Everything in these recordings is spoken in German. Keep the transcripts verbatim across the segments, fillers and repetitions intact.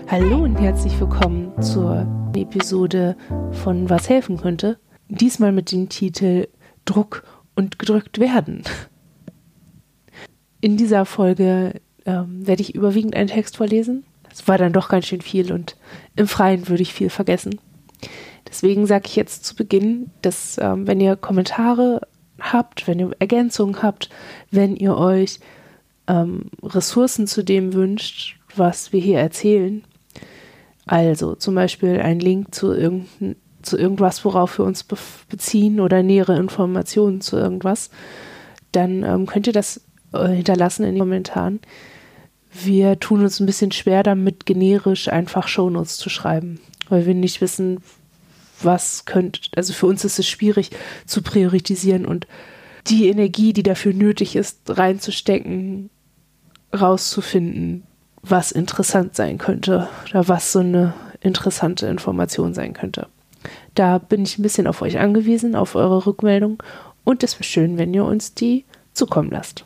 Hallo und herzlich willkommen zur Episode von Was helfen könnte. Diesmal mit dem Titel Druck und gedrückt werden. In dieser Folge ähm, werde ich überwiegend einen Text vorlesen. Es war dann doch ganz schön viel und im Freien würde ich viel vergessen. Deswegen sage ich jetzt zu Beginn, dass ähm, wenn ihr Kommentare habt, wenn ihr Ergänzungen habt, wenn ihr euch ähm, Ressourcen zu dem wünscht, was wir hier erzählen, also zum Beispiel ein Link zu, irgendein, zu irgendwas, worauf wir uns be- beziehen oder nähere Informationen zu irgendwas, dann ähm, könnt ihr das äh, hinterlassen in den Kommentaren. Wir tun uns ein bisschen schwer damit, generisch einfach Shownotes zu schreiben, weil wir nicht wissen, was könnte, also für uns ist es schwierig zu priorisieren und die Energie, die dafür nötig ist, reinzustecken, rauszufinden, was interessant sein könnte oder was so eine interessante Information sein könnte. Da bin ich ein bisschen auf euch angewiesen, auf eure Rückmeldung und es wäre schön, wenn ihr uns die zukommen lasst.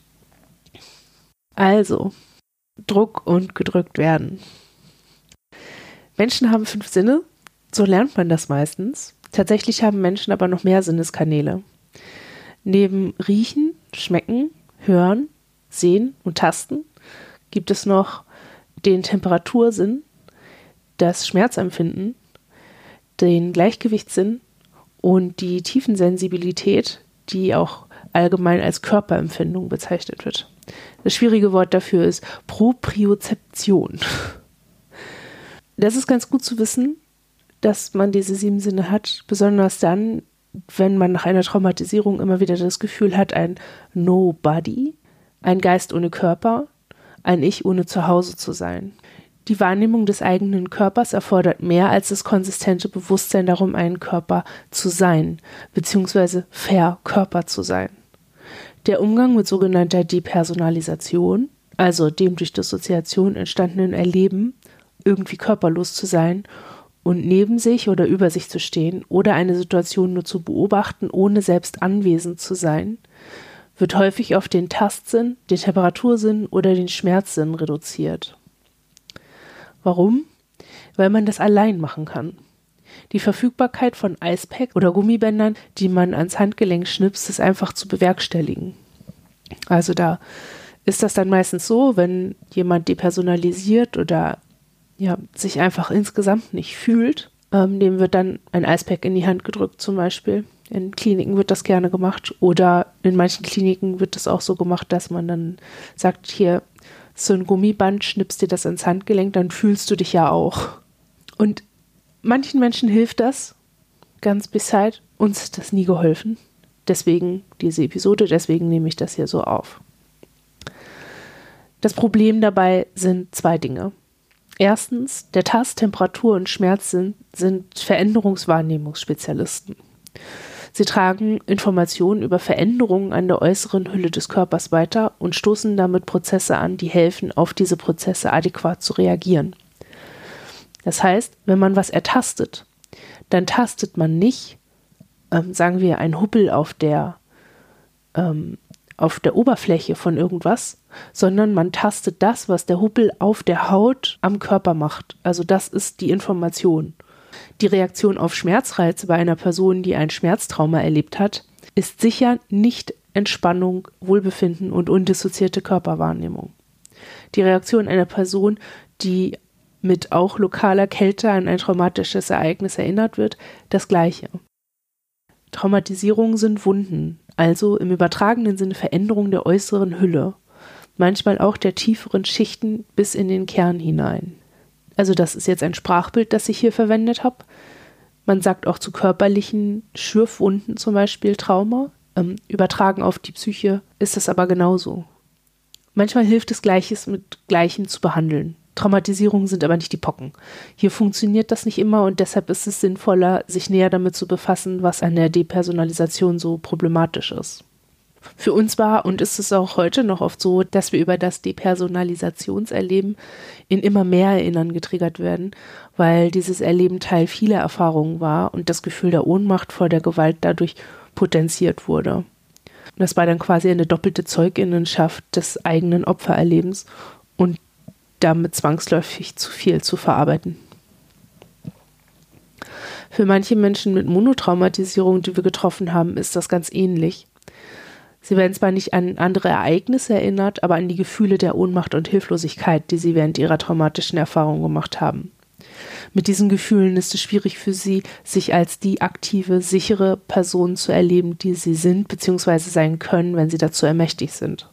Also, Druck und gedrückt werden. Menschen haben fünf Sinne, so lernt man das meistens. Tatsächlich haben Menschen aber noch mehr Sinneskanäle. Neben Riechen, Schmecken, Hören, Sehen und Tasten gibt es noch den Temperatursinn, das Schmerzempfinden, den Gleichgewichtssinn und die Tiefensensibilität, die auch allgemein als Körperempfindung bezeichnet wird. Das schwierige Wort dafür ist Propriozeption. Das ist ganz gut zu wissen, dass man diese sieben Sinne hat, besonders dann, wenn man nach einer Traumatisierung immer wieder das Gefühl hat, ein Nobody, ein Geist ohne Körper, ein Ich ohne Zuhause zu sein. Die Wahrnehmung des eigenen Körpers erfordert mehr als das konsistente Bewusstsein darum, einen Körper zu sein, beziehungsweise verkörpert zu sein. Der Umgang mit sogenannter Depersonalisation, also dem durch Dissoziation entstandenen Erleben, irgendwie körperlos zu sein und neben sich oder über sich zu stehen oder eine Situation nur zu beobachten, ohne selbst anwesend zu sein, wird häufig auf den Tastsinn, den Temperatursinn oder den Schmerzsinn reduziert. Warum? Weil man das allein machen kann. Die Verfügbarkeit von Eispacks oder Gummibändern, die man ans Handgelenk schnipst, ist einfach zu bewerkstelligen. Also da ist das dann meistens so, wenn jemand depersonalisiert oder ja, sich einfach insgesamt nicht fühlt, ähm, dem wird dann ein Eispack in die Hand gedrückt zum Beispiel. In Kliniken wird das gerne gemacht oder in manchen Kliniken wird das auch so gemacht, dass man dann sagt, hier so ein Gummiband, schnippst dir das ins Handgelenk, dann fühlst du dich ja auch. Und manchen Menschen hilft das, ganz beside, uns ist das nie geholfen. Deswegen diese Episode, deswegen nehme ich das hier so auf. Das Problem dabei sind zwei Dinge. Erstens, der Tast-, Temperatur- und Schmerzsinn sind Veränderungswahrnehmungsspezialisten. Sie tragen Informationen über Veränderungen an der äußeren Hülle des Körpers weiter und stoßen damit Prozesse an, die helfen, auf diese Prozesse adäquat zu reagieren. Das heißt, wenn man was ertastet, dann tastet man nicht, ähm, sagen wir, ein Hubbel auf der, ähm, auf der Oberfläche von irgendwas, sondern man tastet das, was der Hubbel auf der Haut am Körper macht. Also das ist die Information. Die Reaktion auf Schmerzreize bei einer Person, die ein Schmerztrauma erlebt hat, ist sicher nicht Entspannung, Wohlbefinden und undissoziierte Körperwahrnehmung. Die Reaktion einer Person, die mit auch lokaler Kälte an ein traumatisches Ereignis erinnert wird, das Gleiche. Traumatisierungen sind Wunden, also im übertragenen Sinne Veränderungen der äußeren Hülle, manchmal auch der tieferen Schichten bis in den Kern hinein. Also das ist jetzt ein Sprachbild, das ich hier verwendet habe. Man sagt auch zu körperlichen Schürfwunden zum Beispiel Trauma. Ähm, übertragen auf die Psyche ist es aber genauso. Manchmal hilft es, Gleiches mit Gleichem zu behandeln. Traumatisierungen sind aber nicht die Pocken. Hier funktioniert das nicht immer und deshalb ist es sinnvoller, sich näher damit zu befassen, was an der Depersonalisation so problematisch ist. Für uns war und ist es auch heute noch oft so, dass wir über das Depersonalisationserleben in immer mehr Erinnern getriggert werden, weil dieses Erleben Teil vieler Erfahrungen war und das Gefühl der Ohnmacht vor der Gewalt dadurch potenziert wurde. Das war dann quasi eine doppelte Zeuginnenschaft des eigenen Opfererlebens und damit zwangsläufig zu viel zu verarbeiten. Für manche Menschen mit Monotraumatisierung, die wir getroffen haben, ist das ganz ähnlich. Sie werden zwar nicht an andere Ereignisse erinnert, aber an die Gefühle der Ohnmacht und Hilflosigkeit, die sie während ihrer traumatischen Erfahrung gemacht haben. Mit diesen Gefühlen ist es schwierig für sie, sich als die aktive, sichere Person zu erleben, die sie sind bzw. sein können, wenn sie dazu ermächtigt sind.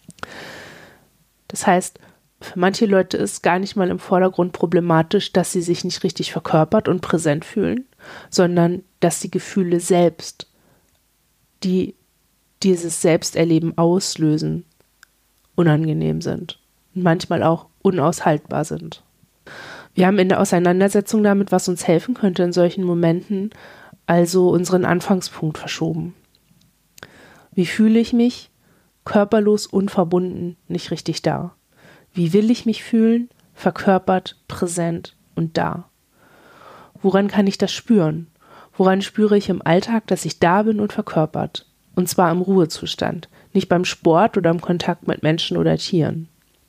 Das heißt, für manche Leute ist gar nicht mal im Vordergrund problematisch, dass sie sich nicht richtig verkörpert und präsent fühlen, sondern dass die Gefühle selbst, die dieses Selbsterleben auslösen, unangenehm sind und manchmal auch unaushaltbar sind. Wir haben in der Auseinandersetzung damit, was uns helfen könnte in solchen Momenten, also unseren Anfangspunkt verschoben. Wie fühle ich mich? Körperlos, unverbunden, nicht richtig da. Wie will ich mich fühlen? Verkörpert, präsent und da. Woran kann ich das spüren? Woran spüre ich im Alltag, dass ich da bin und verkörpert? Und zwar im Ruhezustand, nicht beim Sport oder im Kontakt mit Menschen oder Tieren.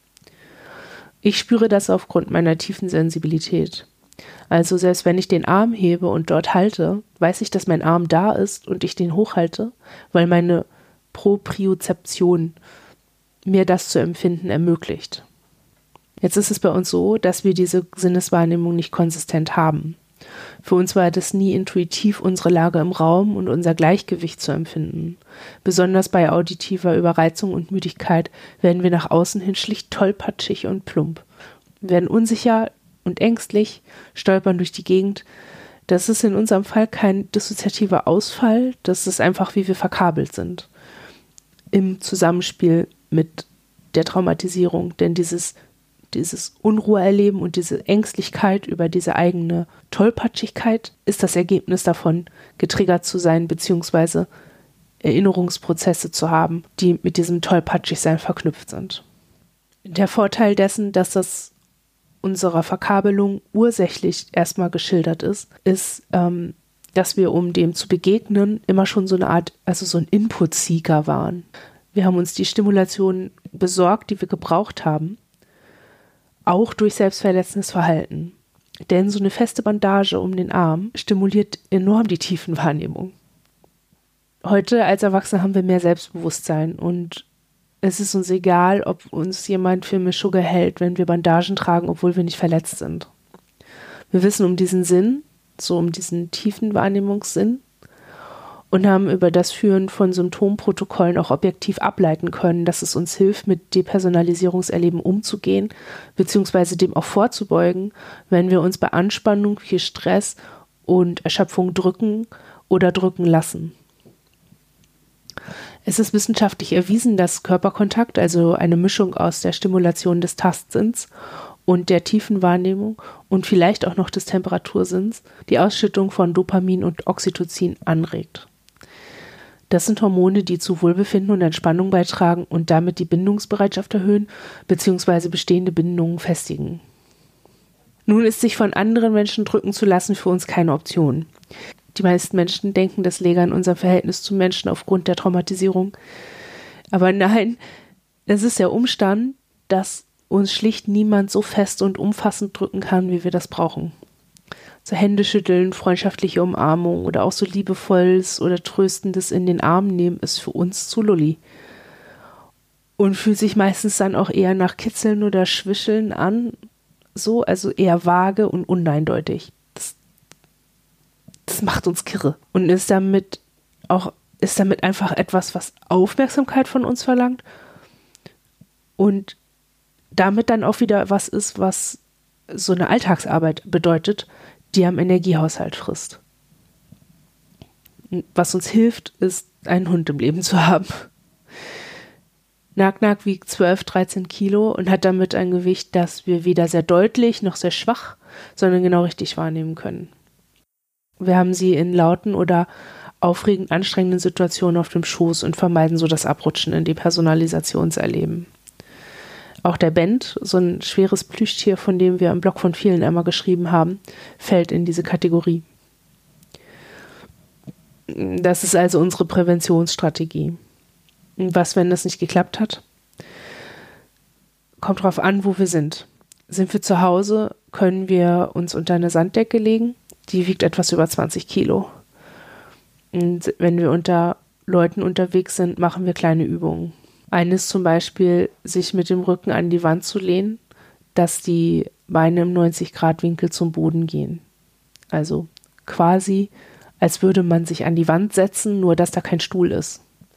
Ich spüre das aufgrund meiner tiefen Sensibilität. Also selbst wenn ich den Arm hebe und dort halte, weiß ich, dass mein Arm da ist und ich den hochhalte, weil meine Propriozeption mir das zu empfinden ermöglicht. Jetzt ist es bei uns so, dass wir diese Sinneswahrnehmung nicht konsistent haben. Für uns war das nie intuitiv, unsere Lage im Raum und unser Gleichgewicht zu empfinden. Besonders bei auditiver Überreizung und Müdigkeit werden wir nach außen hin schlicht tollpatschig und plump. Wir werden unsicher und ängstlich, stolpern durch die Gegend. Das ist in unserem Fall kein dissoziativer Ausfall, das ist einfach, wie wir verkabelt sind. Im Zusammenspiel mit der Traumatisierung, denn dieses Dieses Unruheerleben und diese Ängstlichkeit über diese eigene Tollpatschigkeit ist das Ergebnis davon, getriggert zu sein bzw. Erinnerungsprozesse zu haben, die mit diesem Tollpatschigsein verknüpft sind. Der Vorteil dessen, dass das unserer Verkabelung ursächlich erstmal geschildert ist, ist, ähm, dass wir, um dem zu begegnen, immer schon so eine Art, also so ein Input-Seeker waren. Wir haben uns die Stimulation besorgt, die wir gebraucht haben, auch durch selbstverletzendes Verhalten. Denn so eine feste Bandage um den Arm stimuliert enorm die Tiefenwahrnehmung. Heute als Erwachsene haben wir mehr Selbstbewusstsein und es ist uns egal, ob uns jemand für Mischugge hält, wenn wir Bandagen tragen, obwohl wir nicht verletzt sind. Wir wissen um diesen Sinn, so um diesen Tiefenwahrnehmungssinn, und haben über das Führen von Symptomprotokollen auch objektiv ableiten können, dass es uns hilft, mit Depersonalisierungserleben umzugehen, beziehungsweise dem auch vorzubeugen, wenn wir uns bei Anspannung, viel Stress und Erschöpfung drücken oder drücken lassen. Es ist wissenschaftlich erwiesen, dass Körperkontakt, also eine Mischung aus der Stimulation des Tastsinns und der Tiefenwahrnehmung und vielleicht auch noch des Temperatursinns, die Ausschüttung von Dopamin und Oxytocin anregt. Das sind Hormone, die zu Wohlbefinden und Entspannung beitragen und damit die Bindungsbereitschaft erhöhen bzw. bestehende Bindungen festigen. Nun ist sich von anderen Menschen drücken zu lassen für uns keine Option. Die meisten Menschen denken, das läge an unserem Verhältnis zu Menschen aufgrund der Traumatisierung. Aber nein, es ist der Umstand, dass uns schlicht niemand so fest und umfassend drücken kann, wie wir das brauchen. So Händeschütteln, freundschaftliche Umarmung oder auch so liebevolles oder tröstendes in den Arm nehmen ist für uns zu lulli. Und fühlt sich meistens dann auch eher nach Kitzeln oder Schwischeln an, so, also eher vage und uneindeutig. Das, das macht uns kirre und ist damit auch, ist damit einfach etwas, was Aufmerksamkeit von uns verlangt und damit dann auch wieder was ist, was so eine Alltagsarbeit bedeutet, die am Energiehaushalt frisst. Was uns hilft, ist, einen Hund im Leben zu haben. Nack-Nack wiegt zwölf, dreizehn Kilo und hat damit ein Gewicht, das wir weder sehr deutlich noch sehr schwach, sondern genau richtig wahrnehmen können. Wir haben sie in lauten oder aufregend anstrengenden Situationen auf dem Schoß und vermeiden so das Abrutschen in die Personalisationserleben. Auch der Bent, so ein schweres Plüschtier, von dem wir im Blog von vielen einmal geschrieben haben, fällt in diese Kategorie. Das ist also unsere Präventionsstrategie. Was, wenn das nicht geklappt hat? Kommt drauf an, wo wir sind. Sind wir zu Hause, können wir uns unter eine Sanddecke legen. Die wiegt etwas über zwanzig Kilo. Und wenn wir unter Leuten unterwegs sind, machen wir kleine Übungen. Eine ist zum Beispiel, sich mit dem Rücken an die Wand zu lehnen, dass die Beine im neunzig Grad Winkel zum Boden gehen. Also quasi, als würde man sich an die Wand setzen, nur dass da kein Stuhl ist.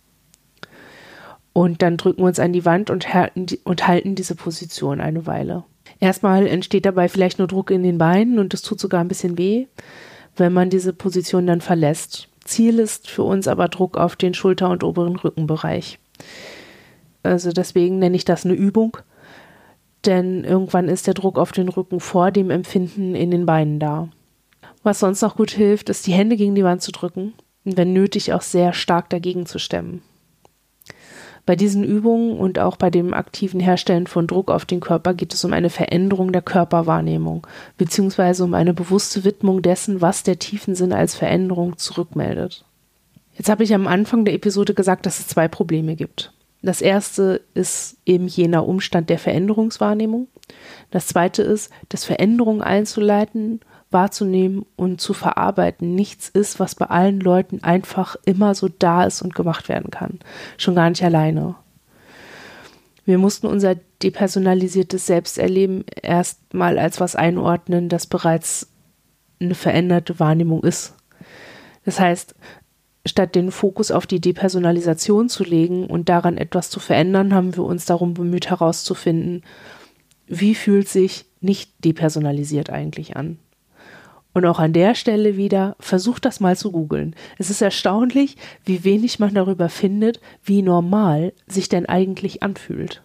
Und dann drücken wir uns an die Wand und halten, und halten diese Position eine Weile. Erstmal entsteht dabei vielleicht nur Druck in den Beinen und es tut sogar ein bisschen weh, wenn man diese Position dann verlässt. Ziel ist für uns aber Druck auf den Schulter- und oberen Rückenbereich. Also deswegen nenne ich das eine Übung, denn irgendwann ist der Druck auf den Rücken vor dem Empfinden in den Beinen da. Was sonst noch gut hilft, ist die Hände gegen die Wand zu drücken und wenn nötig auch sehr stark dagegen zu stemmen. Bei diesen Übungen und auch bei dem aktiven Herstellen von Druck auf den Körper geht es um eine Veränderung der Körperwahrnehmung, beziehungsweise um eine bewusste Widmung dessen, was der Tiefensinn als Veränderung zurückmeldet. Jetzt habe ich am Anfang der Episode gesagt, dass es zwei Probleme gibt. Das erste ist eben jener Umstand der Veränderungswahrnehmung. Das zweite ist, dass Veränderungen einzuleiten, wahrzunehmen und zu verarbeiten nichts ist, was bei allen Leuten einfach immer so da ist und gemacht werden kann. Schon gar nicht alleine. Wir mussten unser depersonalisiertes Selbsterleben erstmal als was einordnen, das bereits eine veränderte Wahrnehmung ist. Das heißt, statt den Fokus auf die Depersonalisation zu legen und daran etwas zu verändern, haben wir uns darum bemüht herauszufinden, wie fühlt sich nicht depersonalisiert eigentlich an. Und auch an der Stelle wieder, versucht das mal zu googeln. Es ist erstaunlich, wie wenig man darüber findet, wie normal sich denn eigentlich anfühlt.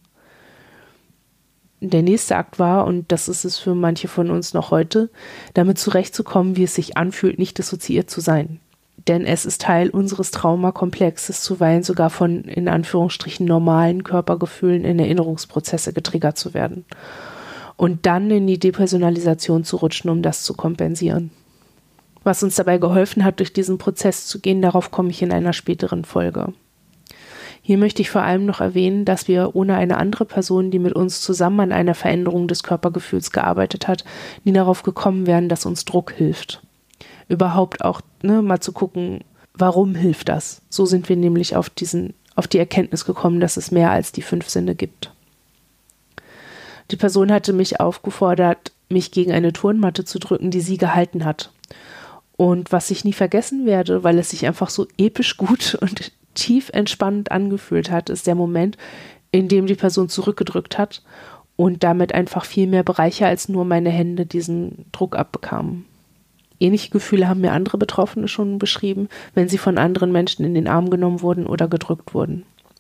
Der nächste Akt war, und das ist es für manche von uns noch heute, damit zurechtzukommen, wie es sich anfühlt, nicht dissoziiert zu sein. Denn es ist Teil unseres Traumakomplexes, zuweilen sogar von, in Anführungsstrichen, normalen Körpergefühlen in Erinnerungsprozesse getriggert zu werden. Und dann in die Depersonalisation zu rutschen, um das zu kompensieren. Was uns dabei geholfen hat, durch diesen Prozess zu gehen, darauf komme ich in einer späteren Folge. Hier möchte ich vor allem noch erwähnen, dass wir ohne eine andere Person, die mit uns zusammen an einer Veränderung des Körpergefühls gearbeitet hat, nie darauf gekommen wären, dass uns Druck hilft. Überhaupt auch ne, mal zu gucken, warum hilft das? So sind wir nämlich auf, diesen, auf die Erkenntnis gekommen, dass es mehr als die fünf Sinne gibt. Die Person hatte mich aufgefordert, mich gegen eine Turnmatte zu drücken, die sie gehalten hat. Und was ich nie vergessen werde, weil es sich einfach so episch gut und tief entspannend angefühlt hat, ist der Moment, in dem die Person zurückgedrückt hat und damit einfach viel mehr Bereiche als nur meine Hände diesen Druck abbekamen. Ähnliche Gefühle haben mir andere Betroffene schon beschrieben, wenn sie von anderen Menschen in den Arm genommen wurden oder gedrückt wurden.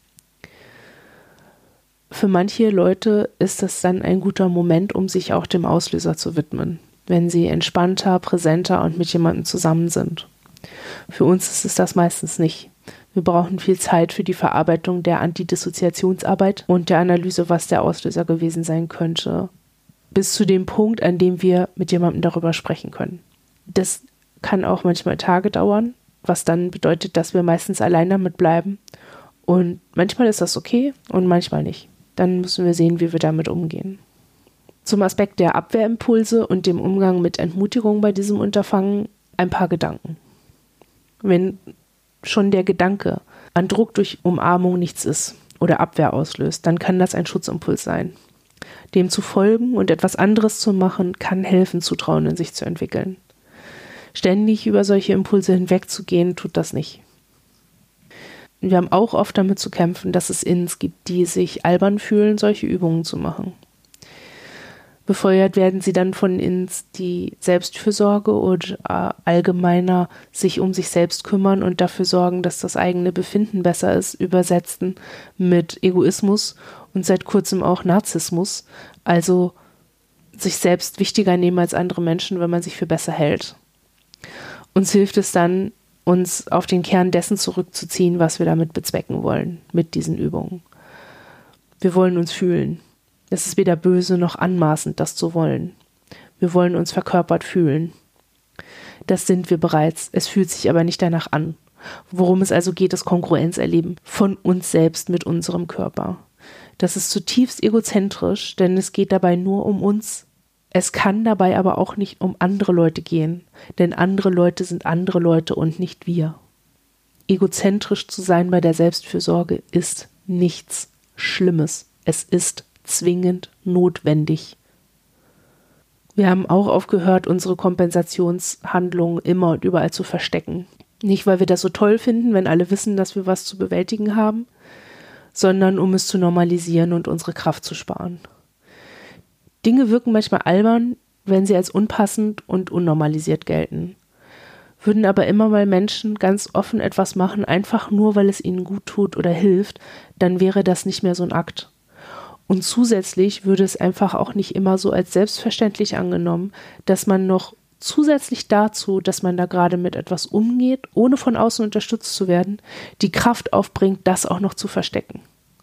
Für manche Leute ist das dann ein guter Moment, um sich auch dem Auslöser zu widmen, wenn sie entspannter, präsenter und mit jemandem zusammen sind. Für uns ist es das meistens nicht. Wir brauchen viel Zeit für die Verarbeitung der Antidissoziationsarbeit und der Analyse, was der Auslöser gewesen sein könnte, bis zu dem Punkt, an dem wir mit jemandem darüber sprechen können. Das kann auch manchmal Tage dauern, was dann bedeutet, dass wir meistens allein damit bleiben. Und manchmal ist das okay und manchmal nicht. Dann müssen wir sehen, wie wir damit umgehen. Zum Aspekt der Abwehrimpulse und dem Umgang mit Entmutigung bei diesem Unterfangen ein paar Gedanken. Wenn schon der Gedanke an Druck durch Umarmung nichts ist oder Abwehr auslöst, dann kann das ein Schutzimpuls sein. Dem zu folgen und etwas anderes zu machen, kann helfen, Zutrauen in sich zu entwickeln. Ständig über solche Impulse hinwegzugehen, tut das nicht. Wir haben auch oft damit zu kämpfen, dass es Inns gibt, die sich albern fühlen, solche Übungen zu machen. Befeuert werden sie dann von Inns, die Selbstfürsorge oder allgemeiner sich um sich selbst kümmern und dafür sorgen, dass das eigene Befinden besser ist, übersetzten mit Egoismus und seit kurzem auch Narzissmus, also sich selbst wichtiger nehmen als andere Menschen, wenn man sich für besser hält. Uns hilft es dann, uns auf den Kern dessen zurückzuziehen, was wir damit bezwecken wollen, mit diesen Übungen. Wir wollen uns fühlen. Es ist weder böse noch anmaßend, das zu wollen. Wir wollen uns verkörpert fühlen. Das sind wir bereits, es fühlt sich aber nicht danach an. Worum es also geht, ist Kongruenz erleben von uns selbst mit unserem Körper. Das ist zutiefst egozentrisch, denn es geht dabei nur um uns. Es kann dabei aber auch nicht um andere Leute gehen, denn andere Leute sind andere Leute und nicht wir. Egozentrisch zu sein bei der Selbstfürsorge ist nichts Schlimmes. Es ist zwingend notwendig. Wir haben auch aufgehört, unsere Kompensationshandlungen immer und überall zu verstecken. Nicht, weil wir das so toll finden, wenn alle wissen, dass wir was zu bewältigen haben, sondern um es zu normalisieren und unsere Kraft zu sparen. Dinge wirken manchmal albern, wenn sie als unpassend und unnormalisiert gelten. Würden aber immer mal Menschen ganz offen etwas machen, einfach nur, weil es ihnen gut tut oder hilft, dann wäre das nicht mehr so ein Akt. Und zusätzlich würde es einfach auch nicht immer so als selbstverständlich angenommen, dass man noch zusätzlich dazu, dass man da gerade mit etwas umgeht, ohne von außen unterstützt zu werden, die Kraft aufbringt, das auch noch zu verstecken.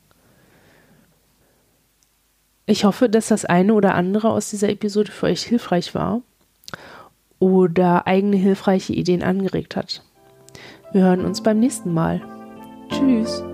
Ich hoffe, dass das eine oder andere aus dieser Episode für euch hilfreich war oder eigene hilfreiche Ideen angeregt hat. Wir hören uns beim nächsten Mal. Tschüss!